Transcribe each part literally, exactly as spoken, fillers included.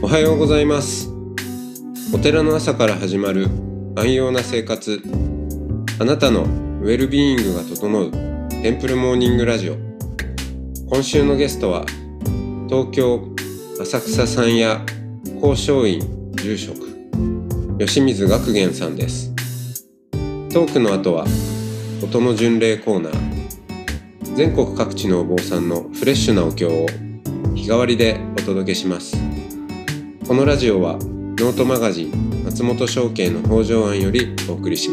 おはようございます。お寺の朝から始まる安養な生活、あなたのウェルビーイングが整うテンプルモーニングラジオ。今週のゲストは東京浅草山屋光照院住職吉水学玄さんです。トークの後は音の巡礼コーナー。全国各地のお坊さんのフレッシュなお経を日替わりでお届けします。このラジオはノートマガジン松本商家の北条庵よりお送りします。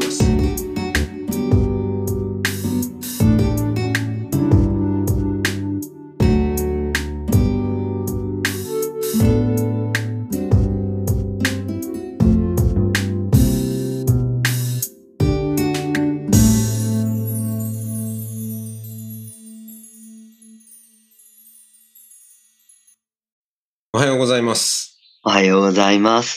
おはようございます。 おはようございます。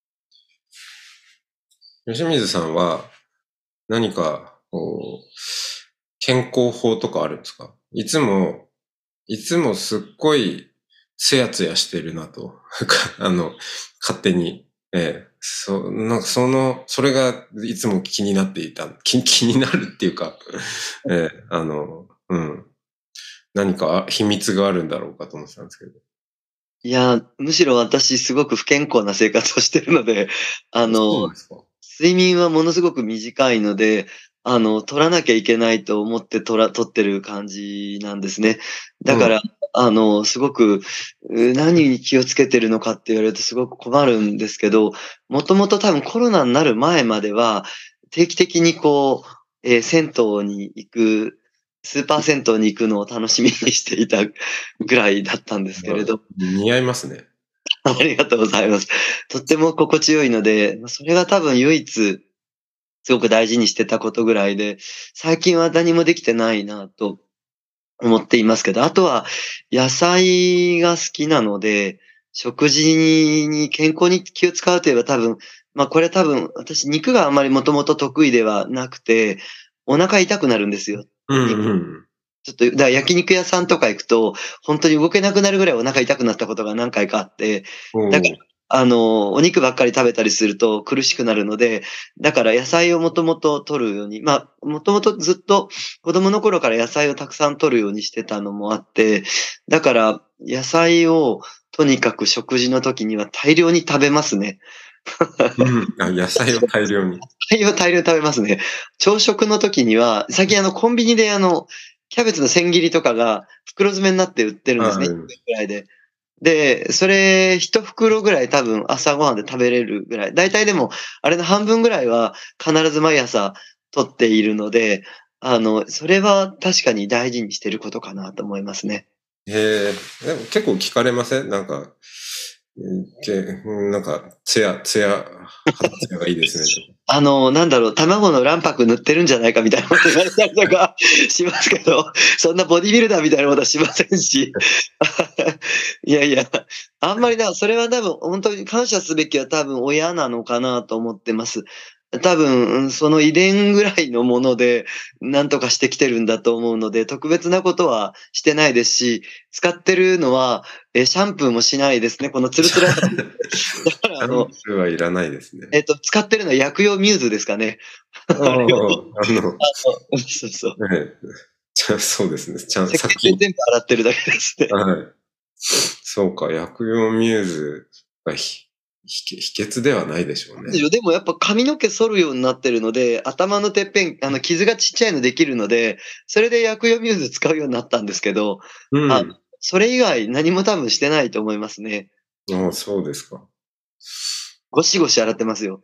吉水さんは何かこう健康法とかあるんですか？いつもいつもすっごいツヤツヤしてるなとあの勝手に、ええ、そなんかそのそれがいつも気になっていた気気になるっていうか、ええ、あのうん何か秘密があるんだろうかと思ってたんですけど。 いや、むしろ私すごく不健康な生活をしてるので、あの、 そうですか。 睡眠はものすごく短いので、あの、取らなきゃいけないと思って取ら、取ってる感じなんですね。だから、うん、あの、すごく、何に気をつけてるのかって言われるとすごく困るんですけど、もともと多分コロナになる前までは、定期的にこう、えー、銭湯に行く、スーパー銭湯に行くのを楽しみにしていたぐらいだったんですけれど。 似合いますね。 ありがとうございます。とっても心地よいので、それが多分唯一、すごく大事にしてたことぐらいで、最近は何もできてないなと思っていますけど、あとは野菜が好きなので、食事に健康に気を使うといえば多分、まあこれ多分私肉があまりもともと得意ではなくて、お腹痛くなるんですよ。 うんうん。 ちょっと、だから焼肉屋さんとか行くと、本当に動けなくなるぐらいお腹痛くなったことが何回かあって、だから、あの、お肉ばっかり食べたりすると苦しくなるので、だから野菜をもともと取るように、まあ、もともとずっと子供の頃から野菜をたくさん取るようにしてたのもあって、だから野菜をとにかく食事の時には大量に食べますね。 うん、あ、野菜を大量に。 野菜を大量に食べますね。朝食の時には、最近あのコンビニであの、キャベツの千切りとかが袋詰めになって売ってるんですね。いちえんぐらいで。で、それ一袋ぐらい多分朝ごはんで食べれるぐらい。だいたいでも、あれの半分ぐらいは必ず毎朝取っているので、あの、それは確かに大事にしてることかなと思いますね。 へえ、でも結構聞かれません？なんか、けなんか、ツヤ、ツヤ、肌ツヤがいいですねと。 あの、なんだろう、卵の卵白塗ってるんじゃないかみたいなこと言われたりとかしますけど、そんなボディビルダーみたいなことはしませんし。いやいや、あんまりだ、それは多分、本当に感謝すべきは多分親なのかなと思ってます。多分、その遺伝ぐらいのもので、何とかしてきてるんだと思うので、特別なことはしてないですし、使ってるのは、え、シャンプーもしないですね。このツルツル。だからあの、 シャンプーはいらないですね。 えっと、使ってるのは薬用ミューズですかね。 ああ、あの、 そうそう。 はい。じゃあそうですね。ちゃん石鹸で全部洗ってるだけですね。 はい。そうか、薬用ミューズがひ秘訣ではないでしょうね。 でもやっぱ髪の毛剃るようになってるので、頭のてっぺん、あの、傷がちっちゃいのできるので、それで薬用ミューズ使うようになったんですけど、 うん。 あ、それ以外何も多分してないと思いますね。 ああ、そうですか。 ゴシゴシ洗ってますよ。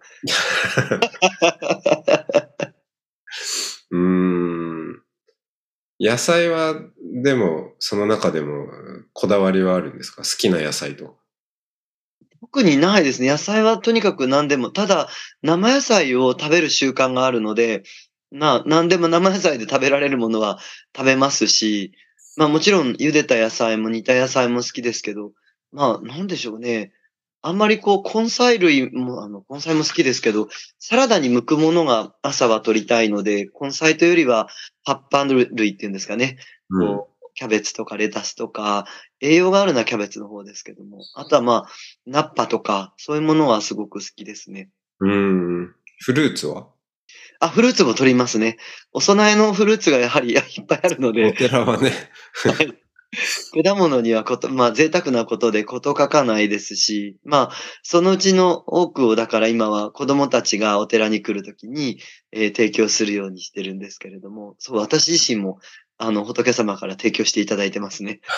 うーん。野菜は、でも、その中でも、こだわりはあるんですか？好きな野菜と。 特にないですね。野菜はとにかく何でも、ただ、生野菜を食べる習慣があるので、な、何でも生野菜で食べられるものは食べますし、まあもちろん茹でた野菜も煮た野菜も好きですけど、まあなんでしょうね。あんまりこう根菜類も、あの根菜も好きですけど、サラダに向くものが朝は取りたいので、根菜というよりは葉っぱ類っていうんですかね。 うん。 こうキャベツとかレタスとか、栄養があるのはキャベツの方ですけども、あとはまあ、ナッパとか、そういうものはすごく好きですね。 うーん。フルーツはあ、フルーツも取りますね。お供えのフルーツがやはりいっぱいあるのおで、 寺はね。 はい。果物にはこと、まあ贅沢なことで事欠かないですし、まあ、そのうちの多くをだから今は子供たちがお寺に来るときに、えー提供するようにしてるんですけれども、そう、私自身も、あの、仏様から提供していただいてますね。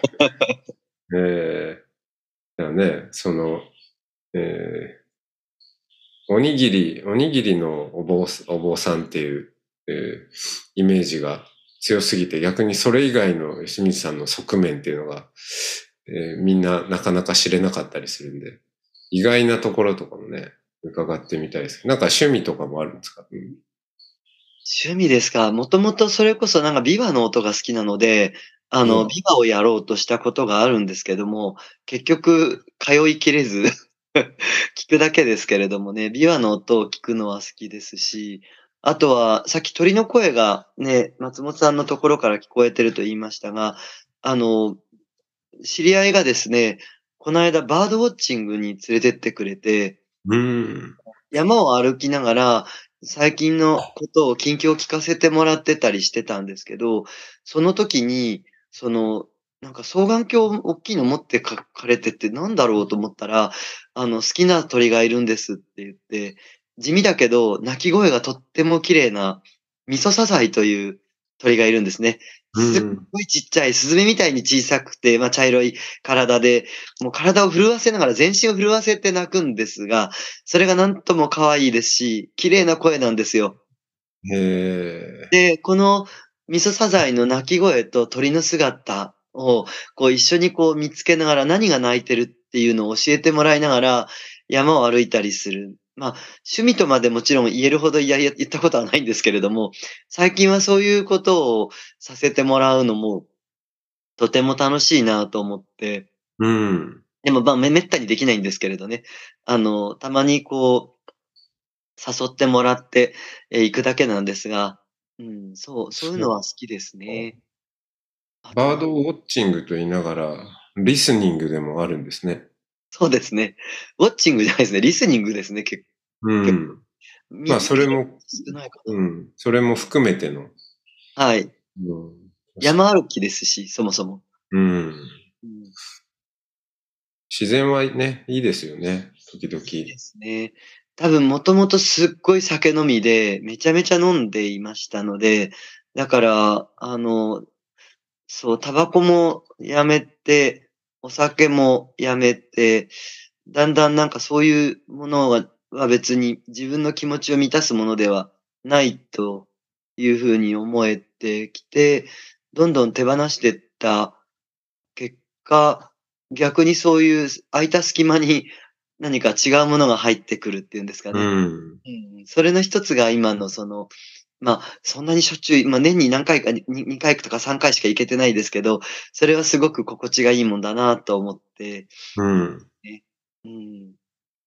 えー、だね、その、えーおにぎり、おにぎりのお坊すお坊さんっていう、えーイメージが強すぎて、逆にそれ以外の吉水さんの側面っていうのが、えーみんななかなか知れなかったりするんで、意外なところとかもね、伺ってみたいですけど、なんか趣味とかもあるんですか？うん、 趣味ですか。もともとそれこそなんか琵琶の音が好きなので、あの、 うわ、 琵琶をやろうとしたことがあるんですけども、結局通いきれず聞くだけですけれどもね、琵琶の音を聞くのは好きですし、あとは、さっき鳥の声がね、松本さんのところから聞こえてると言いましたが、あの、知り合いがですね、この間バードウォッチングに連れてってくれて、 うーん。 山を歩きながら、最近のことを近況を聞かせてもらってたりしてたんですけど、その時に、その、なんか双眼鏡大きいの持ってかかれてってなんだろうと思ったら、あの、好きな鳥がいるんですって言って、地味だけど鳴き声がとっても綺麗なミソサザイという鳥がいるんですね。すっうん。 ごいちっちゃい、スズメみたいに小さくて、まあ茶色い体で、もう体を震わせながら全身を震わせて鳴くんですが、それがなんとも可愛いですし、綺麗な声なんですよ。 へえ。 で、このミソサザイの鳴き声と鳥の姿を、こう一緒にこう見つけながら何が鳴いてるっていうのを教えてもらいながら山を歩いたりする。まあ、趣味とまでもちろん言えるほどいやいや言ったことはないんですけれども、最近はそういうことをさせてもらうのもとても楽しいなと思って、 うん。 でもまあめ、めったにできないんですけれどね。あの、たまにこう、誘ってもらって、え、行くだけなんですが、うん、そう、そういうのはそう。 好きですね。あとなバードウォッチングと言いながら、リスニングでもあるんですね。 そうですね。ウォッチングじゃないですね、リスニングですね、けう結ん。 構。 まあ、 み聞くのそれも、 少ないかな。 うん。それも含めての、 はい。 うん。 山歩きですし、そもそも。 うん。 うん、 自然はね、いいですよね。時々。 いいですね。多分もともとすっごい酒飲みで、めちゃめちゃ飲んでいましたので、だから、あの、そう、タバコもやめて、お酒もやめて、だんだんなんかそういうものはは別に自分の気持ちを満たすものではないというふうに思えてきて、どんどん手放していった結果、逆にそういう空いた隙間に何か違うものが入ってくるっていうんですかうね。 ん。 うん、それの一つが今のその、まあ、そんなにしょっちゅう、まあ、年に何回か、ににかいとかさんかいしか行けてないですけど、それはすごく心地がいいもんだなと思ってういますん。 ね。うん。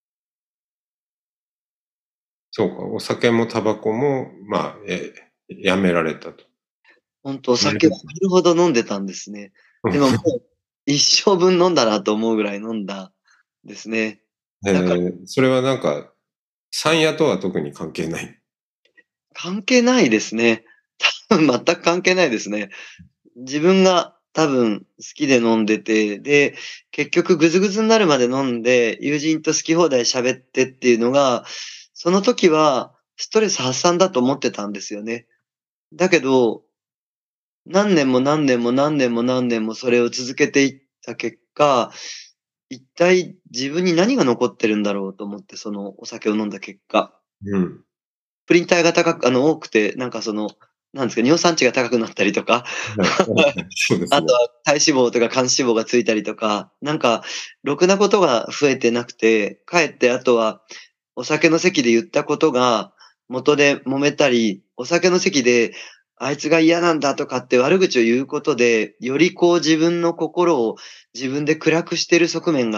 そうか。お酒もタバコも、まあ、え、やめられたと。 ほんとおやめら酒を浴びるほど飲んでたんですね。でももう、一生分飲んだなと思うぐらい飲んだですね。 えだからー、それはなんか、山野とは特に関係ない。 関係ないですね。多分全く関係ないですね。自分が多分好きで飲んでて、で、結局ぐずぐずになるまで飲んで、友人と好き放題喋ってっていうのが、その時はストレス発散だと思ってたんですよね。だけど、何年も何年も何年も何年もそれを続けていった結果、一体自分に何が残ってるんだろうと思って、そのお酒を飲んだ結果。 うん。 プリン体が高くあの、多くて、なんかその、なんですか、尿酸値が高くなったりとか、 はい。はいはいそうですね。 あとは体脂肪とか幹脂肪がついたりとか、なんか、ろくなことが増えてなくて、かえってあとは、お酒の席で言ったことが、元で揉めたり、お酒の席で、あいつが嫌なんだとかって悪口を言うことで、よりこう自分の心を自分で暗くしてる側面が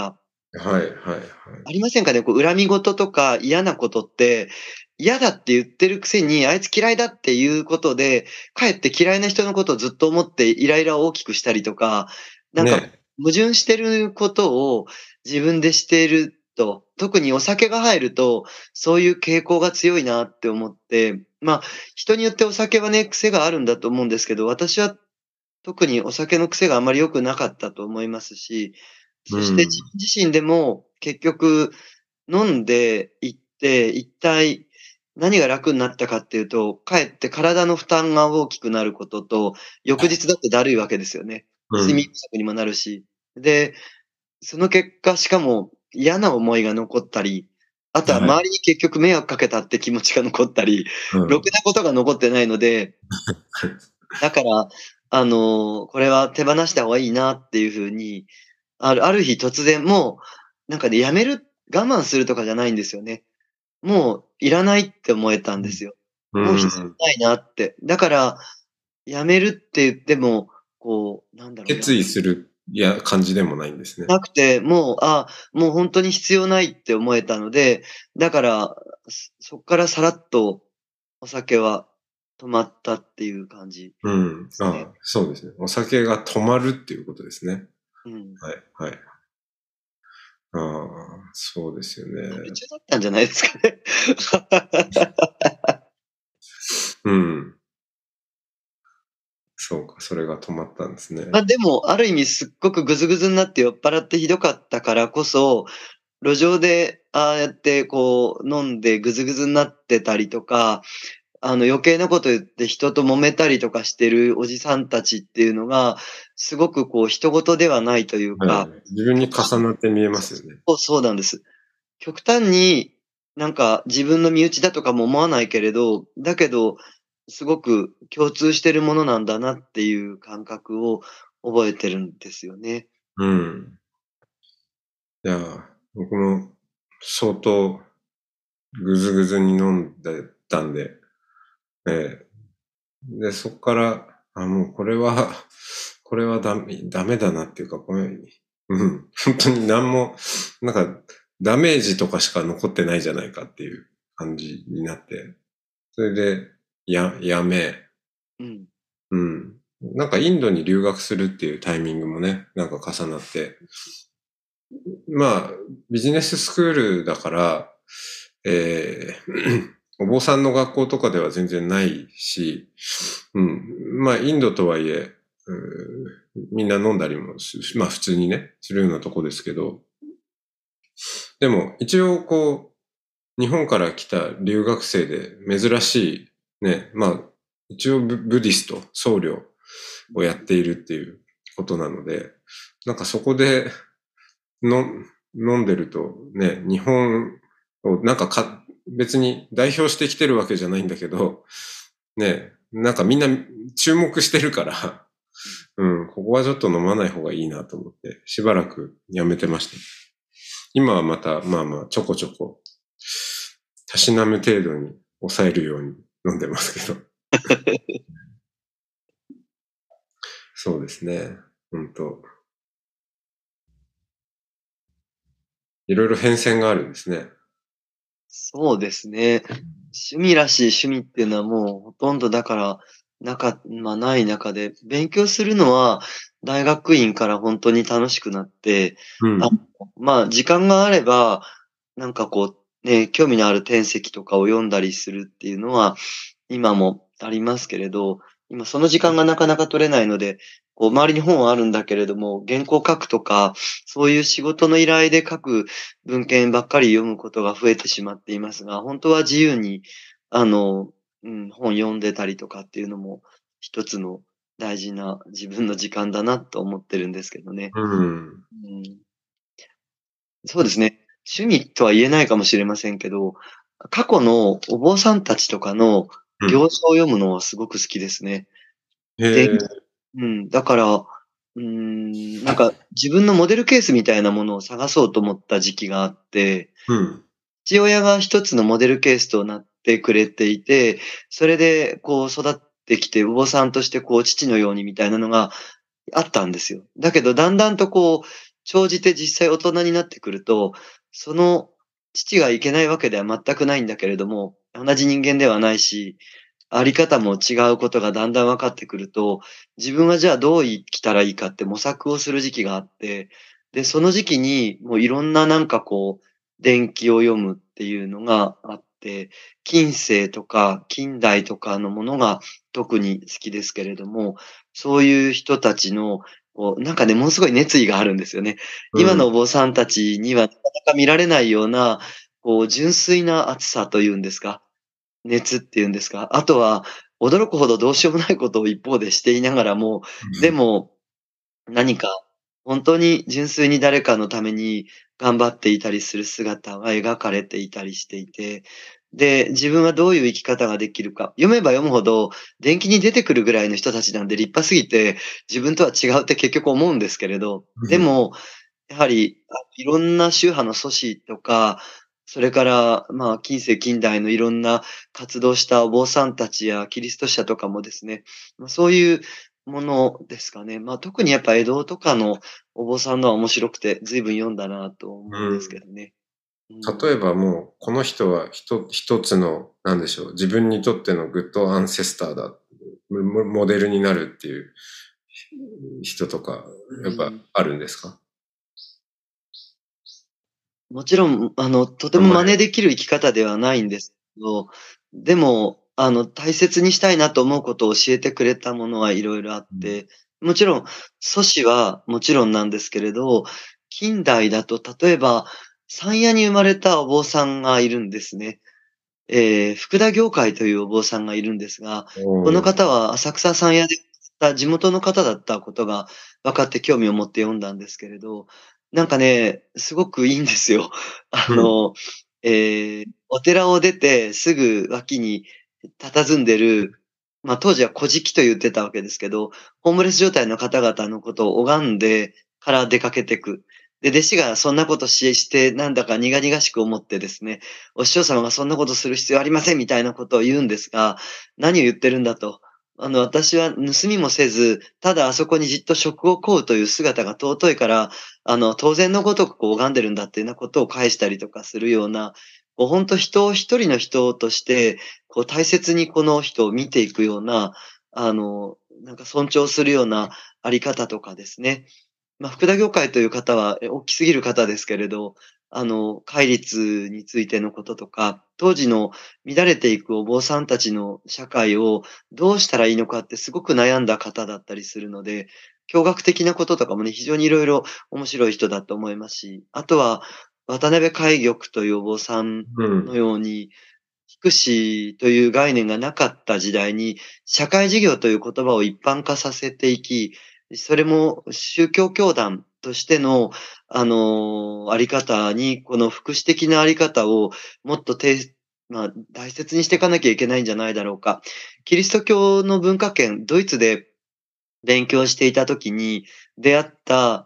はい、はい、はい。 ありませんかねこう、恨み事とか嫌なことって、嫌だって言ってるくせに、あいつ嫌いだっていうことで、かえって嫌いな人のことをずっと思ってイライラを大きくしたりとか、なんかね。 矛盾してることを自分でしていると、特にお酒が入ると、そういう傾向が強いなって思って、まあ、人によってお酒はね、癖があるんだと思うんですけど、私は特にお酒の癖があまり良くなかったと思いますし、そして自うん。 分自身でも結局飲んでいって、一体何が楽になったかっていうと、かえって体の負担が大きくなることと、翌日だってだるいわけですよね。睡眠うん。 不足にもなるし。で、その結果、しかも嫌な思いが残ったり、あとははい。 周りに結局迷惑かけたって気持ちが残ったり、 うん。 ろくなことが残ってないので、だから、あの、これは手放した方がいいなっていう風に、あるある日突然もう、なんかね、やめる我慢するとかじゃないんですよね。もういらないって思えたんですよ。 うもう必ん。 要ないなって。だから、やめるって言っても、こう、なんだろう決な。 意する、いや、感じでもないんですね。 なくて、もう、あ、もうほんとに必要ないって思えたので、だから、そそっからさらっとお酒は止まったっていう感じでうん。 すね。 ああ、そうですね。お酒が止まるっていうことですね。 うん。 はい、はい。ああ、そうですよね。 アル中だったんじゃないですかね。 うん。そうか、それが止まったんですね。 ま、でも、ある意味すっごくぐずぐずになって酔っ払ってひどかったからこそ、路上でああやってこう飲んでぐずぐずになってたりとか、あの余計なこと言って人と揉めたりとかしてるおじさんたちっていうのが、すごくこう人事ではないというはい。 か、 自分に極端重なって見えまそうすよね。 そう、そうなんです。極端に、なんか自分の身内だとかも思わないけれど、だけど、すごく共通してるものなんだなっていう感覚を覚えてるんですよね。 うん。いや、僕も相当ぐずぐずに飲んでたんで、ええ。で、そっから、あ、もうこれは、これはダメ、ダメだなっていうか、これ、うん、本当に何も、なんか、ダメージとかしか残ってないじゃないかっていう感じになって、それで、や、やめ、 うん。 うん。なんかインドに留学するっていうタイミングもね、なんか重なって、まあ、ビジネススクールだから、えーお坊さんの学校とかでは全然ないし、うん。まあ、インドとはいえ、みんな飲んだりもす、まあ普通にね、するようなとこですけど、でも一応こう、日本から来た留学生で珍しい、ね、まあ、一応ブブディスト、僧侶をやっているっていうことなので、なんかそこでの飲んでるとね、日本をなんかか別に代表してきてるわけじゃないんだけど、ね、なんかみんな注目してるから、うん、ここはちょっと飲まない方がいいなと思って、しばらくやめてました。今はまた、まあまあ、ちょこちょこ、たしなむ程度に抑えるように飲んでますけど。そうですね。本当いろいろ変遷があるんですね。 そうですね。趣味らしい趣味っていうのはもうほとんどだから、なかま、ない中で、勉強するのは大学院からほんとに楽しくなって、あ、 うん。 まあ、時間があれば、なんかこう、ね、興味のある典籍とかを読んだりするっていうのは、今もありますけれど、今その時間がなかなか取れないので、こう周りに本はあるんだけれども、原稿書くとか、そういう仕事の依頼で書く文献ばっかり読むことが増えてしまっていますが、本当は自由に、あの、うん、本読んでたりとかっていうのも、一つの大事な自分の時間だなと思ってるんですけどね。 うん。 うん、そうですね。趣味とは言えないかもしれませんけど、過去のお坊さんたちとかのうん。 行書を読むのはすごく好きですね。 へで、 え。 うん、だから、うーん、なんか自分のモデルケースみたいなものを探そうと思った時期があって、 うん。 父親が一つのモデルケースとなってくれていて、それでこう育ってきて、お坊さんとしてこう父のようにみたいなのがあったんですよ。だけどだんだんとこう、 生じて実際大人になってくると、その父がいけないわけでは全くないんだけれども、同じ人間ではないし、あり方も違うことがだんだん分かってくると、自分はじゃあどう生きたらいいかって模索をする時期があって、で、その時期にもういろんななんかこう、伝記を読むっていうのがあって、近世とか近代とかのものが特に好きですけれども、そういう人たちの、こう、なんかね、ものすごい熱意があるんですよね。今うん。 のお坊さんたちにはなかなか見られないような、こう、純粋な熱さというんですか、熱っていうんですか、あとは驚くほどどうしようもないことを一方でしていながらも、でも、何か本当に純粋に誰かのために頑張っていたりする姿が描かれていたりしていて、で、自分はどういう生き方ができるか、読めば読むほど伝記に出てくるぐらいの人たちなんで立派すぎて、自分とは違うって結局思うんですけれど、でも、やはり、あ、いろんな宗派の祖師とか、それから、まあ、近世近代のいろんな活動したお坊さんたちやキリスト者とかもですね、ま、そういうものですかね。まあ、特にやっぱ江戸とかのお坊さんのは面白くて、随分読んだなと思うんですけうん。 どね。うん。 例えばもう、この人はひと一つの、なんでしょう、自分にとってのグッドアンセスターだ、モモデルになるっていう人とか、やっぱうん。 あるんですか？ もちろん、あの、とて名前も真似できる生き方ではないんですけど、でも、あの、大切にしたいなと思うことを教えてくれたものはいろいろあっうん。 て、もちろん、祖師はもちろんなんですけれど、近代だと例えば、山谷に生まれたお坊さんがいるんですね。ええ、福田行海というお坊さんがいるんですが、 おこのお。 方は浅草山谷でた地元の方だったことが分かって興味を持って読んだんですけれど、なんかね、すごくいいんですよ。あうん。 の、ええ、お寺を出てすぐ脇に佇んでる、ま、当時は古事記と言ってたわけですけど、ホームレス状態の方々のことを拝んでから出かけてく。で、弟子がそんなことししてなんだか苦々しく思ってですね、お師匠様がそんなことする必要ありませんみたいなことを言うんですが、何を言ってるんだと。あの、私は盗みもせず、ただあそこにじっと食を乞うという姿が尊いから、あの、当然のごとくこう拝んでるんだっていうようなことを返したりとかするような、こうほんと人を一人の人として、こう大切にこの人を見ていくような、あの、なんか尊重するようなあり方とかですね。まあ、福田行海という方は、え、大きすぎる方ですけれど、あの、戒律についてのこととか、当時の乱れていくお坊さんたちの社会をどうしたらいいのかってすごく悩んだ方だったりするので、教学的なこととかもね、非常にいろいろ面白い人だと思いますし、あとは渡辺海玉というお坊さんのうん。 ように、福祉という概念がなかった時代に、社会事業という言葉を一般化させていき、それも宗教教団としての、あの、あり方に、この福祉的なあり方をもっとてまあ、大切にしていかなきゃいけないんじゃないだろうか。キリスト教の文化圏、ドイツで勉強していた時に出会った、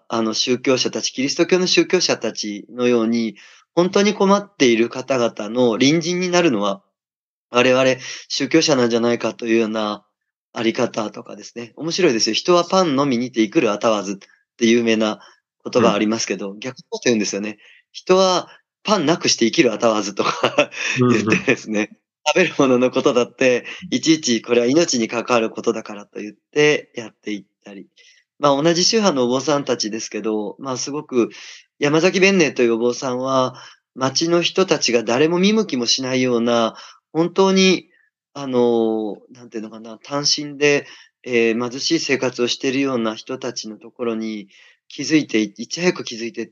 あの、宗教者たち、キリスト教の宗教者たちのように、本当に困っている方々の隣人になるのは、我々宗教者なんじゃないかというようなあり方とかですね。面白いですよ。人はパンのみにて生くるあたわずって有名な言葉あうん。 りますけど、逆のこと言うんですよね。人はパンなくして生きるあたわずとか言ってうんうん。 ですね、食べるもののことだって、いちいちこれは命に関わることだからと言ってやっていったり。まあ、同じ宗派のお坊さんたちですけど、まあ、すごく山崎弁寧というお坊さんは、町の人たちが誰も見向きもしないような、本当に、あの、なんていうのかな、単身で、ええ、貧しい生活をしているような人たちのところに気づいていいち早く気づいてって、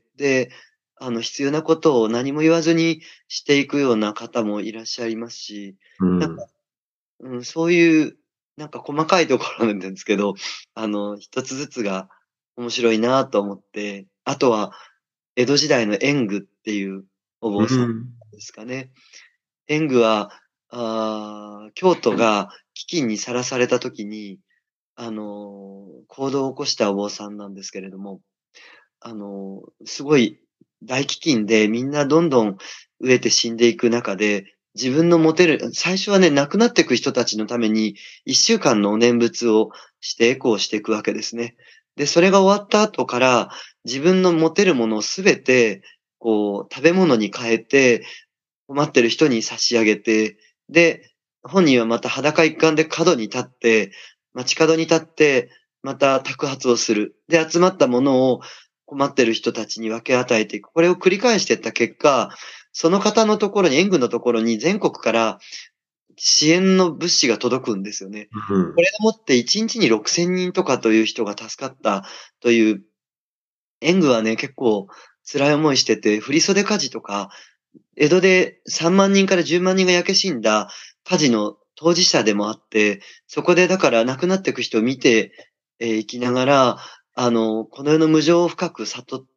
あの、必要なことを何も言わずにしていくような方もいらっしゃいますし、なんか、 うん。 うん、そういう、なんか細かいところなんですけど、あの、一つずつが面白いなと思って、あとは江戸時代の円具っていうおう坊さんん。 ですかね。円具は、ああ、京都が飢饉にさらされた時に、あの、行動を起こしたお坊さんなんですけれども、あの、すごい大飢饉でみんなどんどん飢えて死んでいく中で、自分の持てる最初はね、亡くなっていく人たちのためにいっしゅうかんのお念仏をしてエコーしていくわけですね。 で、それが終わった後から、自分の持てるものをすべて、こう、食べ物に変えて、困ってる人に差し上げて、で、本人はまた裸一貫で角に立って、街角に立って、また托発をする。で、集まったものを困ってる人たちに分け与えていく。これを繰り返していった結果、その方のところに、援軍のところに全国から支援の物資が届くんですよね。 うん。 これでもっていちにちにろくせんにんとかという人が助かったという、援軍はね、結構辛い思いしてて、振袖火事とか、江戸でさんまんにんからじゅうまんにんが焼け死んだ火事の当事者でもあって、そこでだから亡くなっていく人を見てえー生きながら、あの、この世の無常を深く悟って、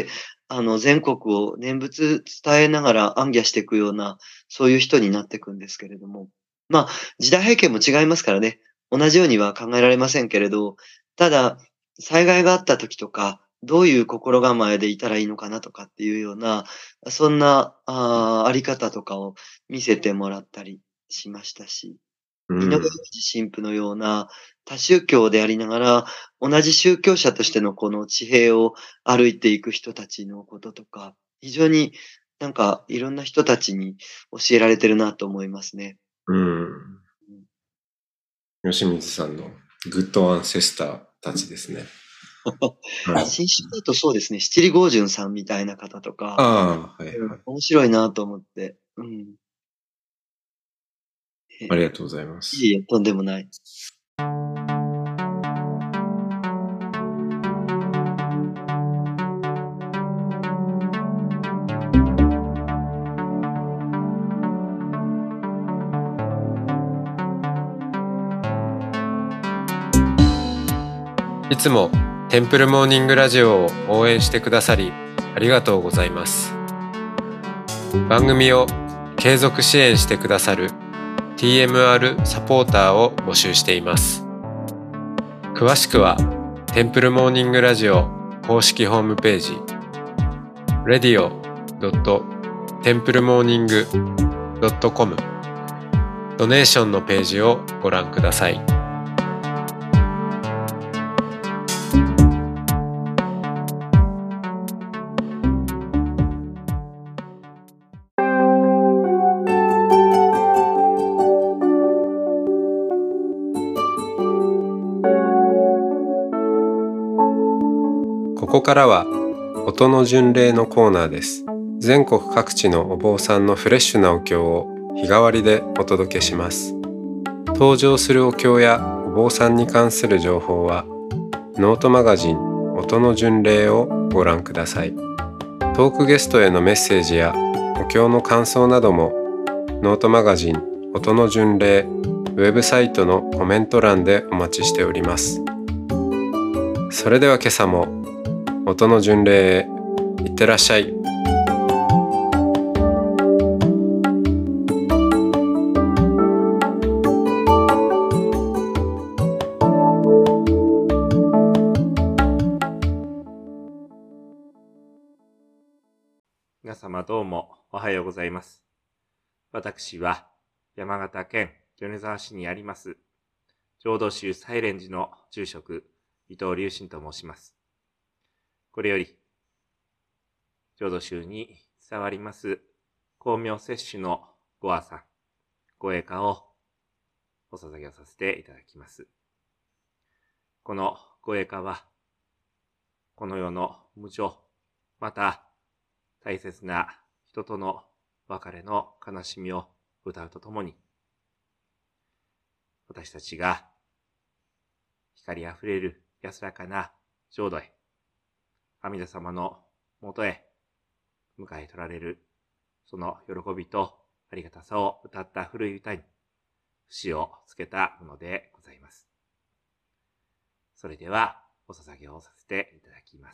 あの、全国を念仏伝えながら行脚していくような、そういう人になっていくんですけれども。まあ、時代背景も違いますからね。同じようには考えられませんけれど、ただ、災害があった時とか、どういう心構えでいたらいいのかなとかっていうような、そんな、あーあり方とかを見せてもらったりしましたし、井上うん。 陽水神父のような多宗教でありながら、同じ宗教者としてのこの地平を歩いていく人たちのこととか、非常になんかいろんな人たちに教えられてるなと思いますね。 うん。 うん吉光さんのグッドアンセスターたちですね。はい。 新種だとそうですね、七里豪順さんみたいな方とか、 ああ、はいうんはい。 面白いなと思って。うん。えありがとうございます。 いえいえ、とんでもない。 いつもテンプルモーニングラジオを応援してくださりありがとうございます。番組を継続支援してくださる ティーエムアール サポーターを募集しています。詳しくはテンプルモーニングラジオ公式ホームページ レディオ ドット テンプルモーニング ドット コム ドネーションのページをご覧ください。ここからは音の巡礼のコーナーです。全国各地のお坊さんのフレッシュなお経を日替わりでお届けします。登場するお経やお坊さんに関する情報はノートマガジン音の巡礼をご覧ください。トークゲストへのメッセージやお経の感想などもノートマガジン音の巡礼ウェブサイトのコメント欄でお待ちしております。それでは今朝も音の巡礼へいってらっしゃい。 皆様どうもおはようございます。私は山形県米沢市にあります浄土宗西蓮寺の住職伊藤隆信と申します。これより浄土宗に伝わります光明摂取のご阿さん、ご栄華をお捧げをさせていただきます。このご栄華はこの世の無常、また大切な人との別れの悲しみを歌うとともに、私たちが光あふれる安らかな浄土へ、阿弥陀様のもとへ迎え取られる、その喜びとありがたさを歌った古い歌に節をつけたものでございます。それではお捧げをさせていただきます。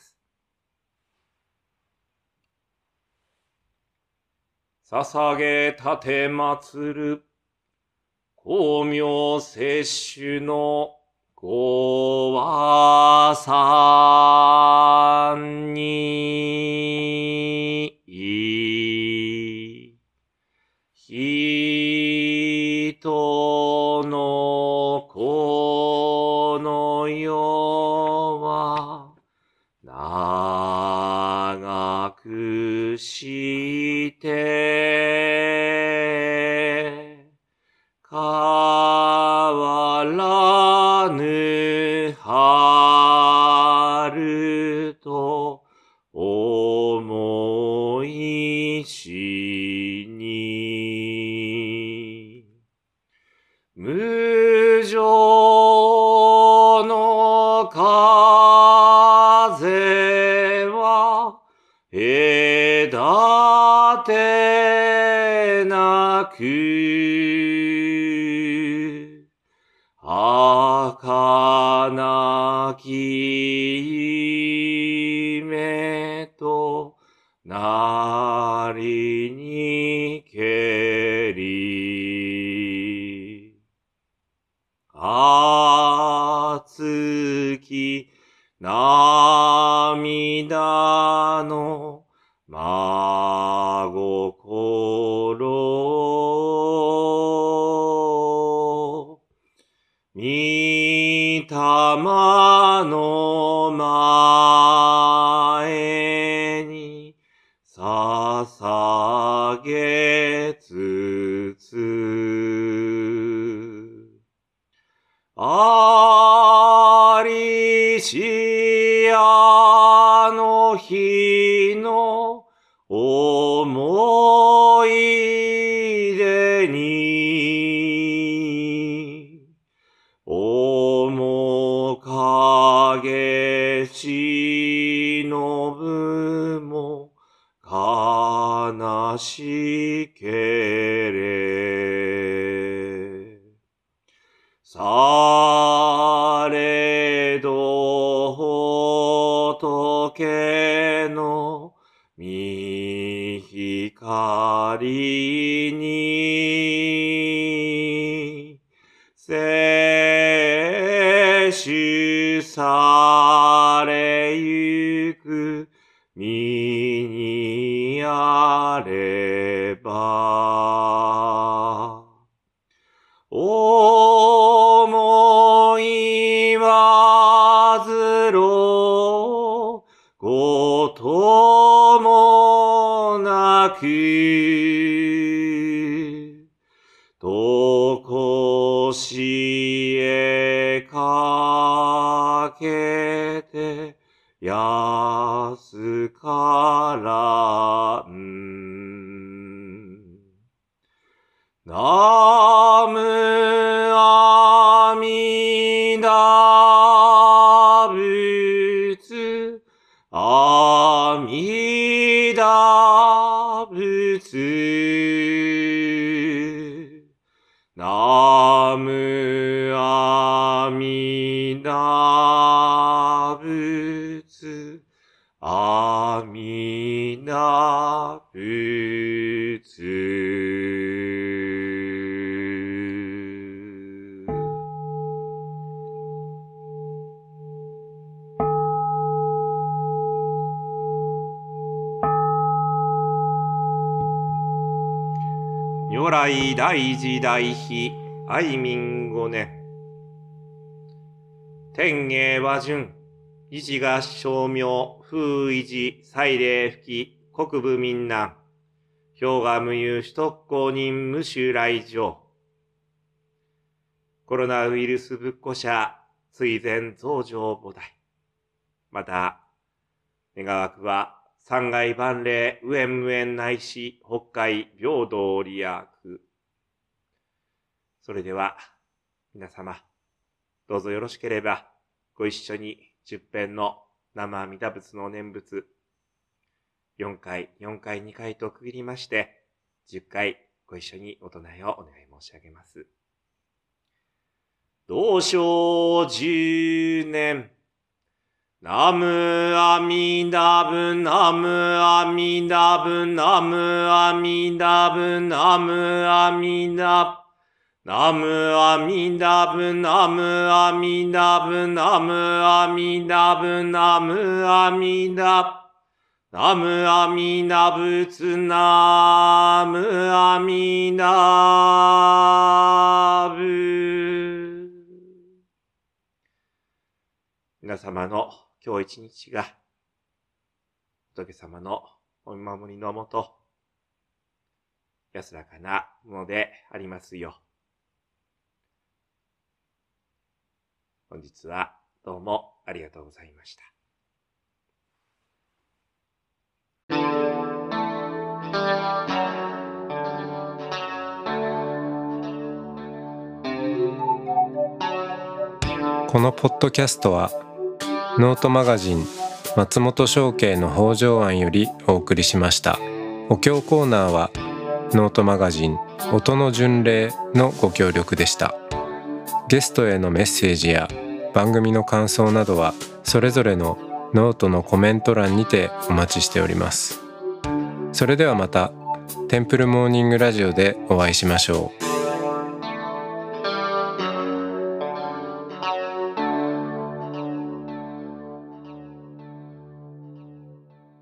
捧げたて祭る光明摂取のご和さんに人のこの世はして変わらぬ春と思いしに無情の風は隔てなく儚き夢となりにけり熱き涙の真心御霊の前に捧げつつありしあの日の思い出に面影しのぶも悲しけれされど仏の御光に摂取されゆく身にあれば思いはずろこともなくとこしえかけて安からんナムアミダ仏阿弥陀仏ナムアミダ仏阿弥陀仏如来大慈大悲愛民五年天芸和順維持合称名風維持祭礼吹き国部民難氷河無有首都公認無襲来場コロナウイルス仏庫者追善増上菩提また願わくは三界万霊無縁無縁ないし北海平等利益それでは皆様どうぞよろしければご一緒に十遍の生阿弥陀仏の念仏よんかい、よんかい、にかいと区切りましてじゅっかいご一緒にお唱えをお願い申し上げます。同生十年ナムアミダブナムアミダブナムアミダブナムアミダブナムアミダブナムアミダブナムアミダブナムアミダブナムアミダ仏ナムアミダブ皆様の今日一日が仏様のお見守りのもと、安らかなものでありますよ。本日はどうもありがとうございました。 このポッドキャストはノートマガジン松本商家の北条庵よりお送りしました。お経コーナーはノートマガジン音の巡礼のご協力でした。ゲストへのメッセージや番組の感想などはそれぞれのノートのコメント欄にてお待ちしております。それではまたテンプルモーニングラジオでお会いしましょう。